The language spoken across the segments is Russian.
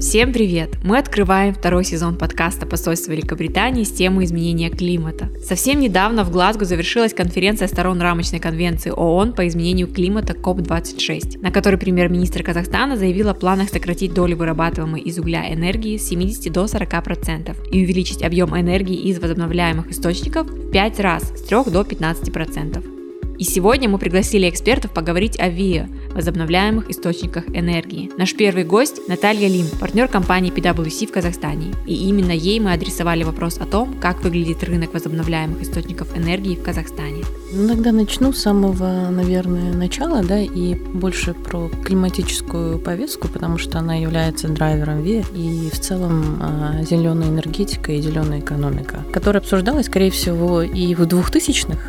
Всем привет! Мы открываем второй сезон подкаста посольства Великобритании с темой изменения климата. Совсем недавно в Глазго завершилась конференция сторон рамочной конвенции ООН по изменению климата КОП-26, на которой премьер-министр Казахстана заявил о планах сократить долю вырабатываемой из угля энергии с 70 до 40% и увеличить объем энергии из возобновляемых источников в 5 раз с 3 до 15%. И сегодня мы пригласили экспертов поговорить о ВИА – возобновляемых источниках энергии. Наш первый гость – Наталья Лим, партнер компании PwC в Казахстане. И именно ей мы адресовали вопрос о том, как выглядит рынок возобновляемых источников энергии в Казахстане. Тогда начну с самого, наверное, начала, и больше про климатическую повестку, потому что она является драйвером ВИА и в целом зеленая энергетика и зеленая экономика, которая обсуждалась, скорее всего, и в 2000-х,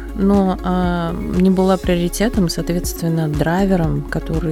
но не была приоритетом, соответственно, драйвером,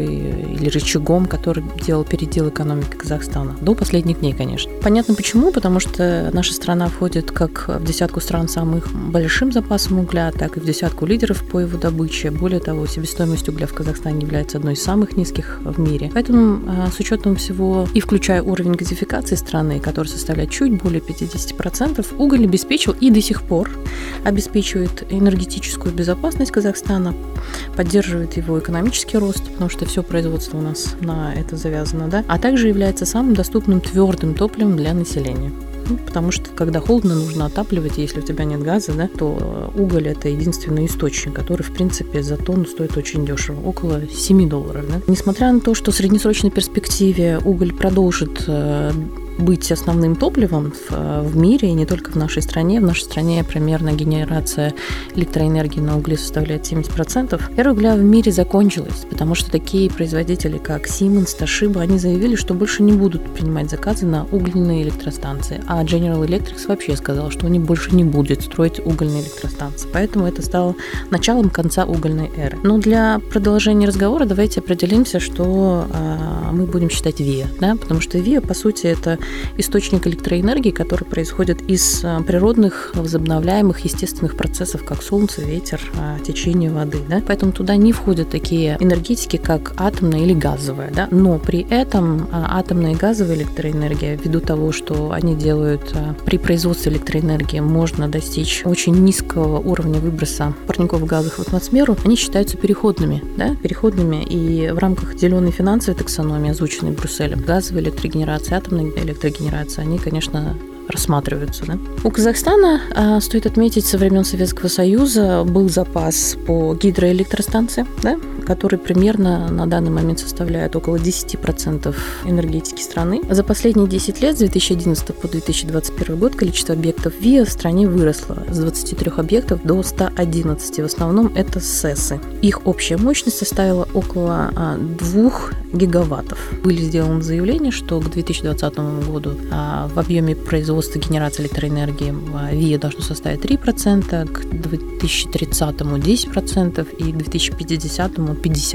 или рычагом, который делал передел экономики Казахстана. До последних дней, конечно. Понятно почему, потому что наша страна входит как в десятку стран с самых большим запасом угля, так и в десятку лидеров по его добыче. Более того, себестоимость угля в Казахстане является одной из самых низких в мире. Поэтому с учетом всего и включая уровень газификации страны, который составляет чуть более 50%, уголь обеспечил и до сих пор обеспечивает энергетическую безопасность Казахстана, поддерживает его экономический рост, потому что все производство у нас на это завязано, а также является самым доступным твердым топливом для населения. Потому что, когда холодно, нужно отапливать, и если у тебя нет газа, то уголь – это единственный источник, который, в принципе, за тонну стоит очень дешево, около $7. Несмотря на то, что в среднесрочной перспективе уголь продолжит быть основным топливом в мире, и не только в нашей стране. В нашей стране примерно генерация электроэнергии на угле составляет 70%. Эра угля в мире закончилась, потому что такие производители, как Siemens, Toshiba, они заявили, что больше не будут принимать заказы на угольные электростанции. А General Electric вообще сказал, что они больше не будут строить угольные электростанции. Поэтому это стало началом конца угольной эры. Но для продолжения разговора давайте определимся, что мы будем считать ВИА, потому что ВИА, по сути, это источник электроэнергии, который происходит из природных, возобновляемых, естественных процессов, как солнце, ветер, течение воды. Поэтому туда не входят такие энергетики, как атомная или газовая. Но при этом атомная и газовая электроэнергия, ввиду того, что они делают при производстве электроэнергии, можно достичь очень низкого уровня выброса парниковых газов в атмосферу, они считаются переходными. Переходными. И в рамках зеленой финансовой таксономии, озвученной Брюсселем, газовая электрогенерация, атомная электрогенерация, они, конечно, рассматриваются. У Казахстана, стоит отметить, со времен Советского Союза был запас по гидроэлектростанции, который примерно на данный момент составляет около 10% энергетики страны. За последние 10 лет, с 2011 по 2021 год, количество объектов ВИА в стране выросло с 23 объектов до 111. В основном это СЭСы. Их общая мощность составила около 2 гигаваттов. Были сделаны заявления, что к 2020 году в объеме производства генерации электроэнергии ВИА должно составить 3%, к 2030-му 10% и к 2050-му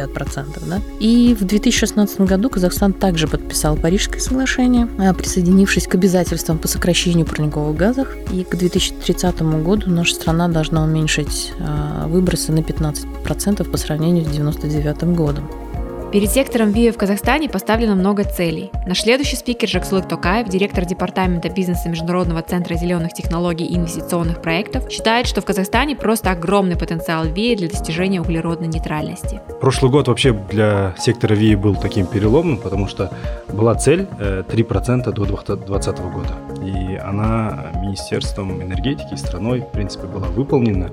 50%. И в 2016 году Казахстан также подписал Парижское соглашение, присоединившись к обязательствам по сокращению парниковых газов. И к 2030 году наша страна должна уменьшить выбросы на 15% по сравнению с 1999 годом. Перед сектором ВИА в Казахстане поставлено много целей. Наш следующий спикер Жаксылык Токаев, директор департамента бизнеса Международного центра зеленых технологий и инвестиционных проектов, считает, что в Казахстане просто огромный потенциал ВИА для достижения углеродной нейтральности. Прошлый год вообще для сектора ВИА был таким переломным, потому что была цель 3% до 2020 года. И она Министерством энергетики и страной, в принципе, была выполнена.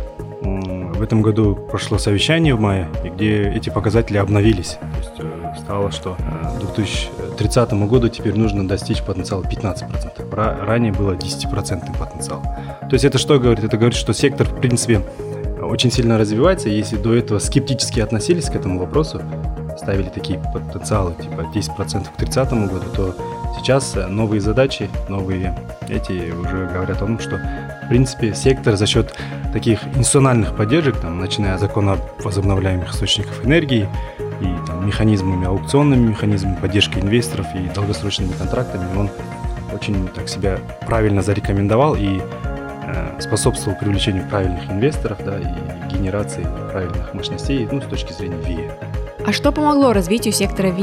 В этом году прошло совещание в мае, где эти показатели обновились. То есть стало, что к 2030 году теперь нужно достичь потенциала 15%. Ранее было 10% потенциал. То есть это что говорит? Это говорит, что сектор, в принципе, очень сильно развивается. Если до этого скептически относились к этому вопросу, ставили такие потенциалы, типа 10% к 2030 году, то сейчас новые задачи, новые эти уже говорят о том, что в принципе сектор за счет таких институциональных поддержек, начиная от закона о возобновляемых источниках энергии и механизмами, аукционными механизмами поддержки инвесторов и долгосрочными контрактами, он очень так себя правильно зарекомендовал и способствовал привлечению правильных инвесторов и генерации правильных мощностей с точки зрения ВИА. А что помогло развитию сектора ВИА?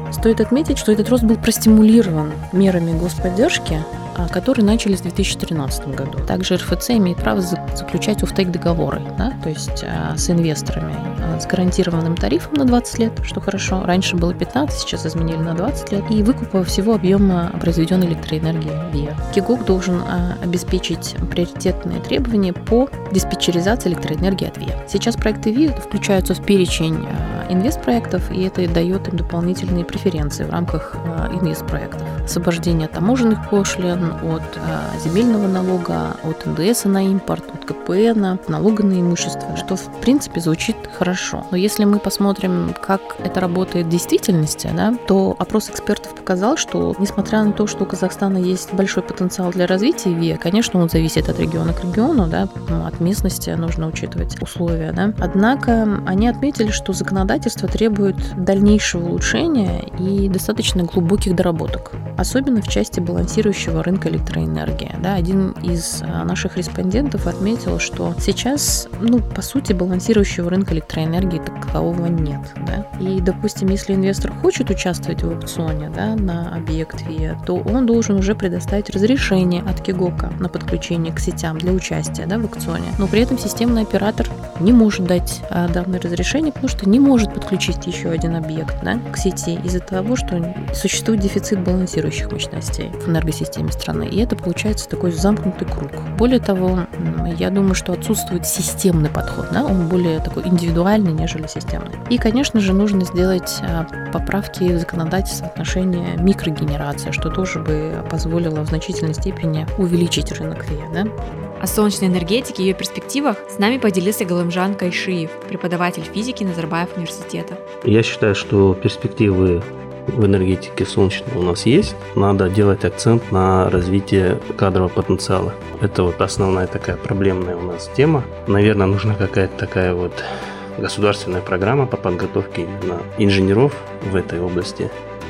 Стоит отметить, что этот рост был простимулирован мерами господдержки, которые начались в 2013 году. Также РФЦ имеет право заключать оффтейк договоры, да, то есть с инвесторами с гарантированным тарифом на 20 лет, что хорошо. Раньше было 15, сейчас изменили на 20 лет. И выкупа всего объема произведенной электроэнергии ВИА. КИГОК должен обеспечить приоритетные требования по диспетчеризации электроэнергии от ВИА. Сейчас проекты ВИА включаются в перечень инвестпроектов, и это дает им дополнительные преференции в рамках инвестпроектов. Освобождение от таможенных пошлин, от земельного налога, от НДС на импорт, от КПН, налога на имущество, что в принципе звучит хорошо. Но если мы посмотрим, как это работает в действительности, да, то опрос экспертов показал, что несмотря на то, что у Казахстана есть большой потенциал для развития ВИА, конечно, он зависит от региона к региону, да, от местности нужно учитывать условия, да. Однако они отметили, что законодательство требует дальнейшего улучшения и достаточно глубоких доработок, особенно в части балансирующего рынка электроэнергии. Да, один из наших респондентов отметил, что сейчас, по сути, балансирующего рынка электроэнергии такового нет. Да? И, допустим, если инвестор хочет участвовать в аукционе, да, на объект ВИА, то он должен уже предоставить разрешение от КИГОКа на подключение к сетям для участия, да, в аукционе. Но при этом системный оператор не может дать данное разрешение, потому что не может подключить еще один объект, да, к сети из-за того, что существует дефицит балансирующих мощностей в энергосистеме страны. И это получается такой замкнутый круг. Более того, я думаю, что отсутствует системный подход, да? Он более такой индивидуальный, нежели системный. И, конечно же, нужно сделать поправки в законодательство в отношении микрогенерации, что тоже бы позволило в значительной степени увеличить рынок ВИА. Да? О солнечной энергетике и ее перспективах с нами поделился Галымжан Кайшиев, преподаватель физики Назарбаев университета. Я считаю, что перспективы в энергетике солнечной у нас есть. Надо делать акцент на развитие кадрового потенциала. Это вот основная такая проблемная у нас тема. Наверное, нужна какая-то такая вот государственная программа по подготовке именно инженеров в этой области.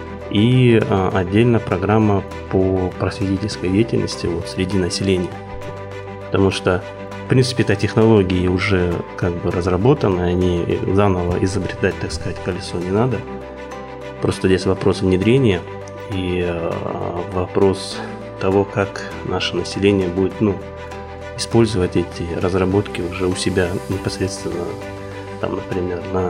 И отдельно программа по просветительской деятельности вот среди населения. Потому что, в принципе, эти технологии уже как бы разработаны, они заново изобретать, так сказать, колесо не надо. Просто здесь вопрос внедрения и вопрос того, как наше население будет использовать эти разработки уже у себя непосредственно, там, например, на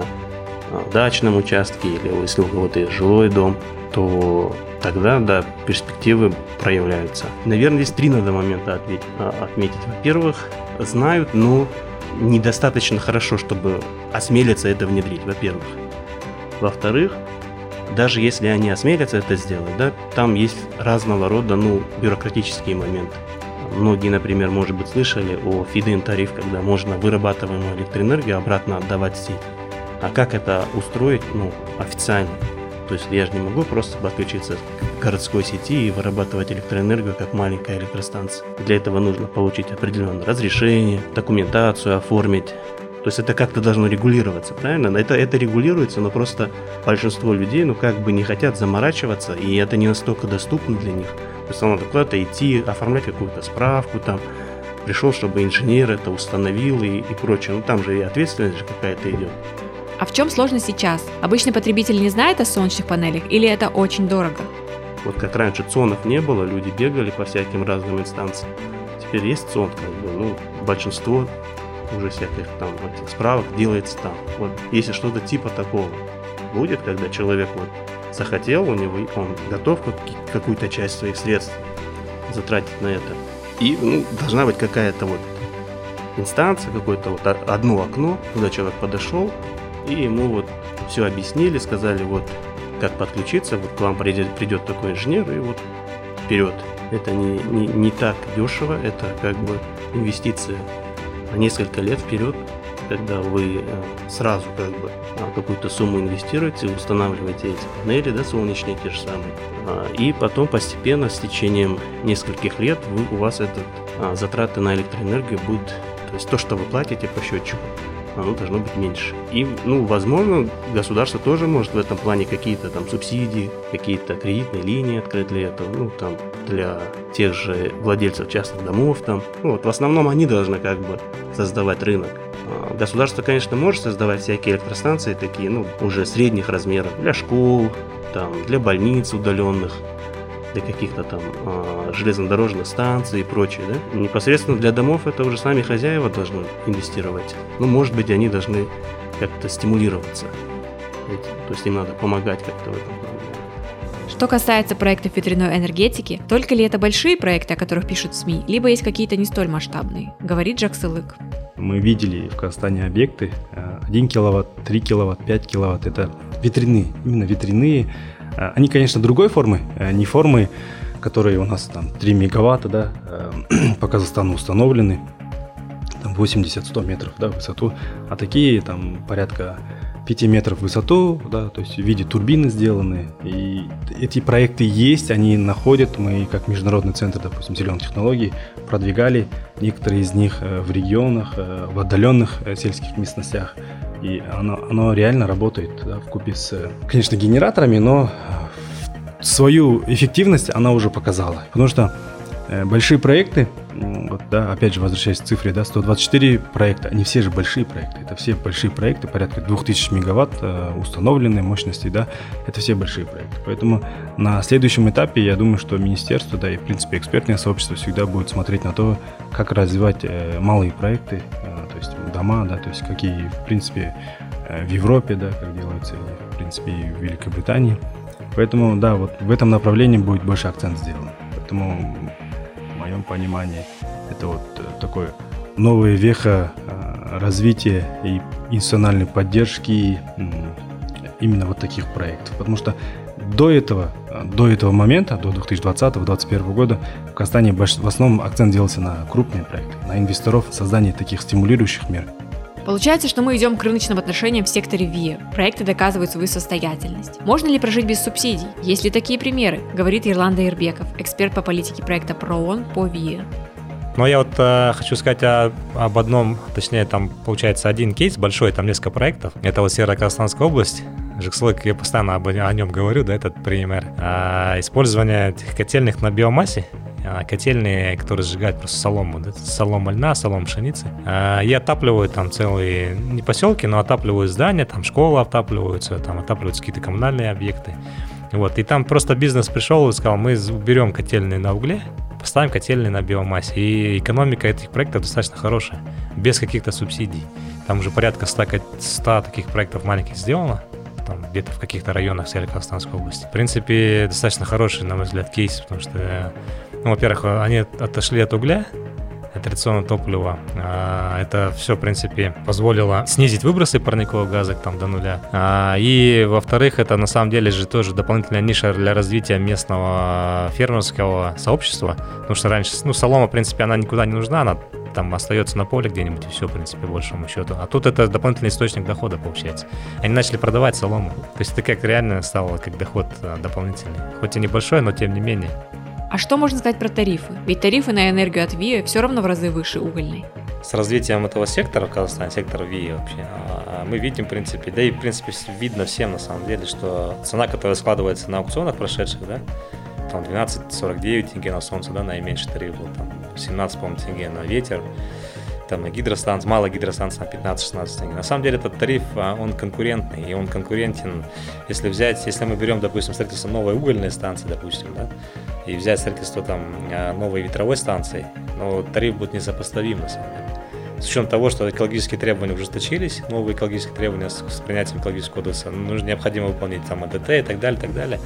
дачном участке или если у кого-то есть жилой дом, то тогда, да, перспективы проявляются. Наверное, здесь 3 надо момента отметить. Во-первых, знают, но недостаточно хорошо, чтобы осмелиться это внедрить, во-первых. Во-вторых, даже если они осмелятся это сделать, да, там есть разного рода, бюрократические моменты. Многие, например, может быть, слышали о feed-in тариф, когда можно вырабатываемую электроэнергию обратно отдавать в сеть. А как это устроить, официально? То есть я же не могу просто подключиться к городской сети и вырабатывать электроэнергию как маленькая электростанция. Для этого нужно получить определенное разрешение, документацию оформить. То есть это как-то должно регулироваться, правильно? Это регулируется, но просто большинство людей, не хотят заморачиваться, и это не настолько доступно для них. То есть надо куда-то идти, оформлять какую-то справку, там, пришел, чтобы инженер это установил и прочее. Там же и ответственность же какая-то идет. А в чем сложность сейчас? Обычный потребитель не знает о солнечных панелях или это очень дорого? Вот как раньше ЦОНов не было, люди бегали по всяким разным инстанциям. Теперь есть ЦОН, большинство уже всяких там этих справок делается там. Вот если что-то типа такого будет, когда человек захотел, у него он готов какую-то часть своих средств затратить на это. И должна быть какая-то инстанция, какое-то одно окно, куда человек подошел, и ему все объяснили, сказали, как подключиться, к вам придет такой инженер, и вперед. Это не так дешево, это инвестиция на несколько лет вперед, когда вы сразу какую-то сумму инвестируете, устанавливаете эти панели, да, солнечные те же самые, и потом постепенно с течением нескольких лет у вас затраты на электроэнергию будут, то есть то, что вы платите по счетчику, оно должно быть меньше. И, возможно, государство тоже может в этом плане какие-то там субсидии, какие-то кредитные линии открыть для этого, для тех же владельцев частных домов, в основном они должны создавать рынок. Государство, конечно, может создавать всякие электростанции, такие, уже средних размеров, для школ, там для больниц удаленных, для каких-то там железнодорожных станций и прочее, да? Непосредственно для домов это уже сами хозяева должны инвестировать. Ну, может быть, они должны как-то стимулироваться. То есть им надо помогать как-то в этом плане. Что касается проектов ветряной энергетики, только ли это большие проекты, о которых пишут в СМИ, либо есть какие-то не столь масштабные, говорит Жаксылык. Мы видели в Казахстане объекты 1 киловатт, 3 киловатт, 5 киловатт. Это ветряные, именно ветряные. Они, конечно, другой формы, не формы, которые у нас там 3 мегаватта, да, по Казахстану установлены, там 80-100 метров, да, в высоту, а такие там порядка 5 метров в высоту, да, то есть в виде турбины сделаны. И эти проекты есть, они находят. Мы, как Международный центр, допустим, зеленых технологий, продвигали некоторые из них в регионах, в отдаленных сельских местностях. И оно реально работает, да, вкупе с, конечно, генераторами, но свою эффективность она уже показала. Потому что большие проекты, вот, да, опять же, возвращаясь к цифре, да, 124 проекта, они все же большие проекты, это все большие проекты, порядка 2000 мегаватт установленной мощности, да, это все большие проекты. Поэтому на следующем этапе, я думаю, что министерство, да, и, в принципе, экспертное сообщество всегда будет смотреть на то, как развивать малые проекты, то есть дома, да, то есть какие, в принципе, в Европе, да, как делается, и, в принципе, и в Великобритании. Поэтому, да, вот в этом направлении будет больше акцент сделан. Поэтому в моем понимании это вот такое новая веха развития и институциональной поддержки именно вот таких проектов. Потому что до этого момента, до 2020-2021 года в Казахстане в основном акцент делался на крупные проекты, на инвесторов, создание таких стимулирующих мер. Получается, что мы идем к рыночным отношениям в секторе ВИА. Проекты доказывают свою состоятельность. Можно ли прожить без субсидий? Есть ли такие примеры? Говорит Ерлан Дайырбеков, эксперт по политике проекта ПРООН по ВИА. Но я вот хочу сказать об одном, точнее, там получается один кейс большой, там несколько проектов. Это вот Северо-Казахстанская область. Жаксылык, я постоянно о нем говорю, да, этот пример. Использование этих котельных на биомассе, котельные, которые сжигают просто солому, да, солома льна, солома пшеницы, и отапливают там целые, не поселки, но отапливают здания, там школы отапливаются, там отапливаются какие-то коммунальные объекты. Вот, и там просто бизнес пришел и сказал, мы уберем котельные на угле, поставим котельные на биомассе. И экономика этих проектов достаточно хорошая, без каких-то субсидий. Там уже порядка 100 таких проектов маленьких сделано, там где-то в каких-то районах Северо-Казахстанской области. В принципе, достаточно хороший, на мой взгляд, кейс, потому что, ну, во-первых, они отошли от угля, традиционного топлива. Это все, в принципе, позволило снизить выбросы парникового газа там, до нуля. И, во-вторых, это на самом деле же тоже дополнительная ниша для развития местного фермерского сообщества. Потому что раньше, ну, солома, в принципе, она никуда не нужна, она там остается на поле где-нибудь и все, в принципе, по большому счету. А тут это дополнительный источник дохода, получается. Они начали продавать солому. То есть это как реально стало как доход дополнительный. Хоть и небольшой, но тем не менее. А что можно сказать про тарифы? Ведь тарифы на энергию от ВИА все равно в разы выше угольной. С развитием этого сектора в Казахстане, сектора ВИА вообще, мы видим, в принципе, да и, в принципе, видно всем на самом деле, что цена, которая складывается на аукционах прошедших, да, там 12,49 тенге на солнце, да, наименьший тариф был, там 17, по-моему, тенге на ветер, там на гидростанции, мало гидростанций на 15-16 тенге. На самом деле этот тариф, он конкурентный, и он конкурентен, если мы берем, допустим, строительство новой угольной станции, допустим, да, и взять строительство там новой ветровой станции, но тариф будет несопоставим на самом деле. С учетом того, что экологические требования ужесточились, новые экологические требования с принятием экологического кодекса, необходимо выполнить там АДТ и так далее, и так далее.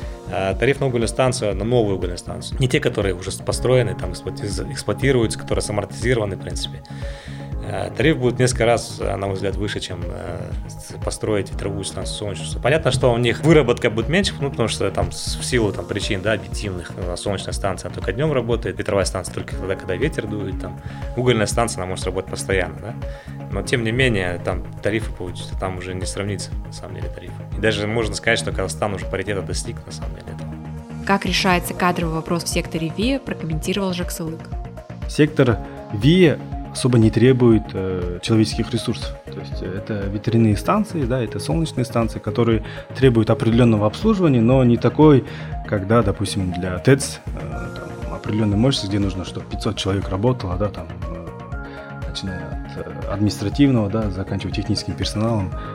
Тариф на угольную станцию, на новую угольную станцию, не те, которые уже построены, там эксплуатируются, которые самортизированы, в принципе. Тариф будет несколько раз, на мой взгляд, выше, чем построить ветровую станцию солнечную. Понятно, что у них выработка будет меньше, ну, потому что там в силу там, причин, да, объективных, солнечная станция только днем работает, ветровая станция только тогда, когда ветер дует, там, угольная станция, она может работать постоянно, да. Но, тем не менее, там тарифы получатся, там уже не сравнится, на самом деле, тарифы. И даже можно сказать, что Казахстан уже паритета достиг, на самом деле, этого. Как решается кадровый вопрос в секторе ВИА, прокомментировал Жаксылык. Сектор ВИА особо не требует человеческих ресурсов. То есть это ветряные станции, да, это солнечные станции, которые требуют определенного обслуживания, но не такой, когда, допустим, для ТЭЦ там, определенная мощность, где нужно, чтобы 500 человек работало, да, там, начиная от административного, да, заканчивая техническим персоналом.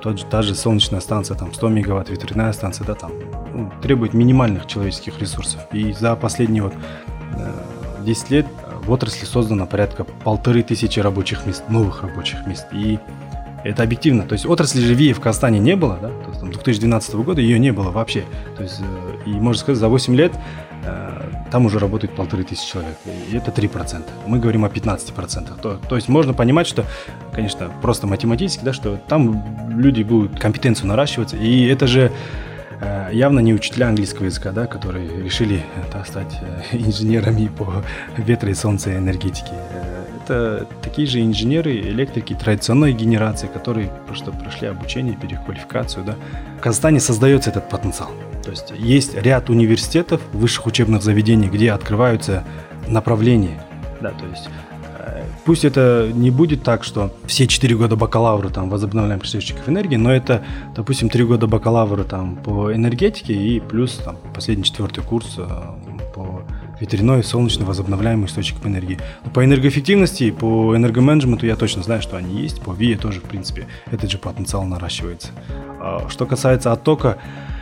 та же солнечная станция, там 100 мегаватт, ветряная станция, да, там требует минимальных человеческих ресурсов. И за последние 10 лет в отрасли создано порядка 1500 рабочих мест, новых рабочих мест. И это объективно. То есть отрасли же ВИА в Казахстане не было, да? То есть, там, 2012 года ее не было вообще. То есть, и можно сказать, за 8 лет там уже работает 1500 человек. И это 3%. Мы говорим о 15%. То есть можно понимать, что, конечно, просто математически, да, что там люди будут компетенцию наращиваться. И это же явно не учителя английского языка, да, которые решили стать инженерами по ветро- и солнцеэнергетике. Это такие же инженеры, электрики традиционной генерации, которые просто прошли обучение, переквалификацию. Да. В Казахстане создается этот потенциал. То есть есть ряд университетов, высших учебных заведений, где открываются направления. Да, то есть пусть это не будет так, что все 4 года бакалавра там возобновляемых источников энергии, но это, допустим, 3 года бакалавра там по энергетике и плюс там последний 4-й курс по ветряной, солнечной, возобновляемых источников энергии. Но по энергоэффективности, по энергоменеджменту я точно знаю, что они есть. По ВИА тоже, в принципе, этот же потенциал наращивается. Что касается оттока,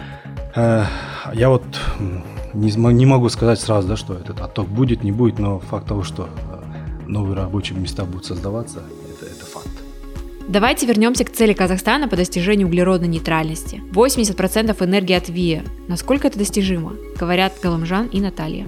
я не могу сказать сразу, да, что этот отток будет, не будет, но факт того, что новые рабочие места будут создаваться, это факт. Давайте вернемся к цели Казахстана по достижению углеродной нейтральности. 80% энергии от ВИА. Насколько это достижимо? Говорят Галымжан и Наталья.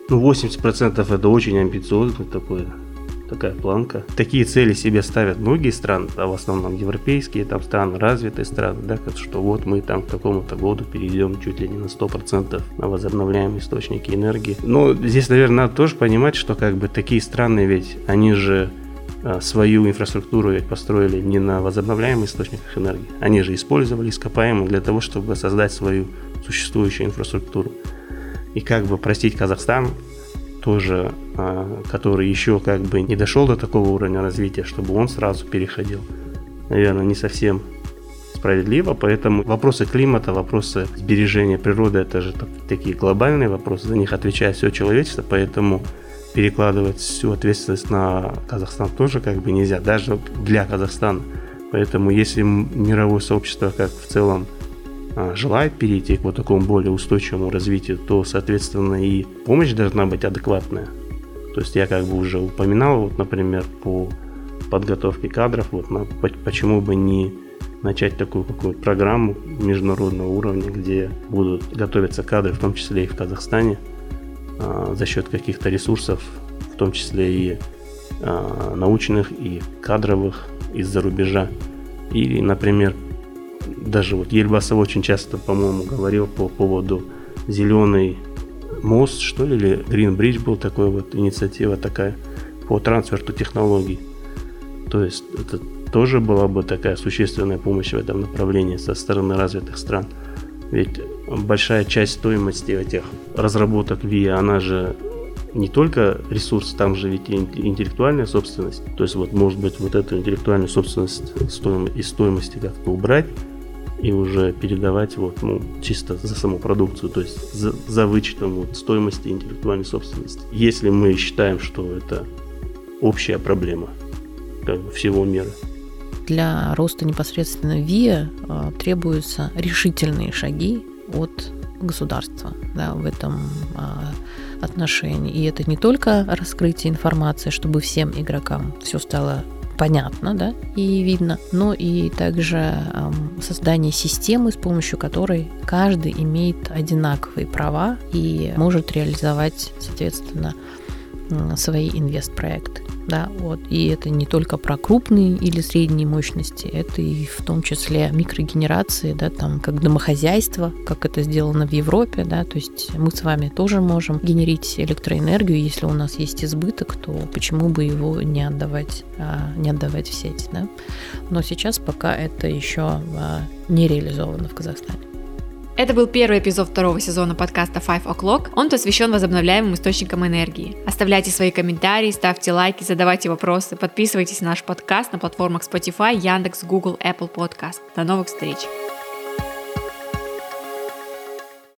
80% это очень амбициозно, такая планка. Такие цели себе ставят многие страны, а в основном европейские там страны, развитые страны, да, что вот мы там к такому-то году перейдем чуть ли не на 100% на возобновляемые источники энергии. Но здесь, наверное, надо тоже понимать, что как бы такие страны, ведь они же свою инфраструктуру ведь построили не на возобновляемых источниках энергии. Они же использовали ископаемые для того, чтобы создать свою существующую инфраструктуру. И как бы простить Казахстан тоже, который еще как бы не дошел до такого уровня развития, чтобы он сразу переходил, наверное, не совсем справедливо. Поэтому вопросы климата, вопросы сбережения природы, это же такие глобальные вопросы, за них отвечает все человечество, поэтому перекладывать всю ответственность на Казахстан тоже как бы нельзя, даже для Казахстана. Поэтому если мировое сообщество как в целом желает перейти к вот такому более устойчивому развитию, то, соответственно, и помощь должна быть адекватная. То есть я как бы уже упоминал, вот, например, по подготовке кадров, вот, почему бы не начать такую какую-то программу международного уровня, где будут готовиться кадры, в том числе и в Казахстане, за счет каких-то ресурсов, в том числе и научных, и кадровых из-за рубежа. Или, например, даже вот Ельбасов очень часто, по-моему, говорил по поводу зеленый мост, что ли, или Green Bridge был такой вот инициатива такая по трансферту технологий. То есть это тоже была бы такая существенная помощь в этом направлении со стороны развитых стран. Ведь большая часть стоимости этих разработок ВИА, она же не только ресурс, там же ведь и интеллектуальная собственность. То есть вот может быть вот эту интеллектуальную собственность из стоимости как-то убрать и уже передавать вот, чисто за саму продукцию, то есть за вычетом вот стоимости интеллектуальной собственности. Если мы считаем, что это общая проблема как бы всего мира. Для роста непосредственно ВИА требуются решительные шаги от государства, да, в этом отношении. И это не только раскрытие информации, чтобы всем игрокам все стало понятно, да, и видно, но и также создание системы, с помощью которой каждый имеет одинаковые права и может реализовать, соответственно, свои инвестпроекты. Да, вот. И это не только про крупные или средние мощности, это и в том числе микрогенерации, да, там, как домохозяйство, как это сделано в Европе, да, то есть мы с вами тоже можем генерить электроэнергию, если у нас есть избыток, то почему бы его не отдавать в сеть, да? Но сейчас пока это еще не реализовано в Казахстане. Это был первый эпизод второго сезона подкаста 5 O'Clock. Он посвящен возобновляемым источникам энергии. Оставляйте свои комментарии, ставьте лайки, задавайте вопросы, подписывайтесь на наш подкаст на платформах Spotify, Яндекс, Google, Apple Podcast. До новых встреч!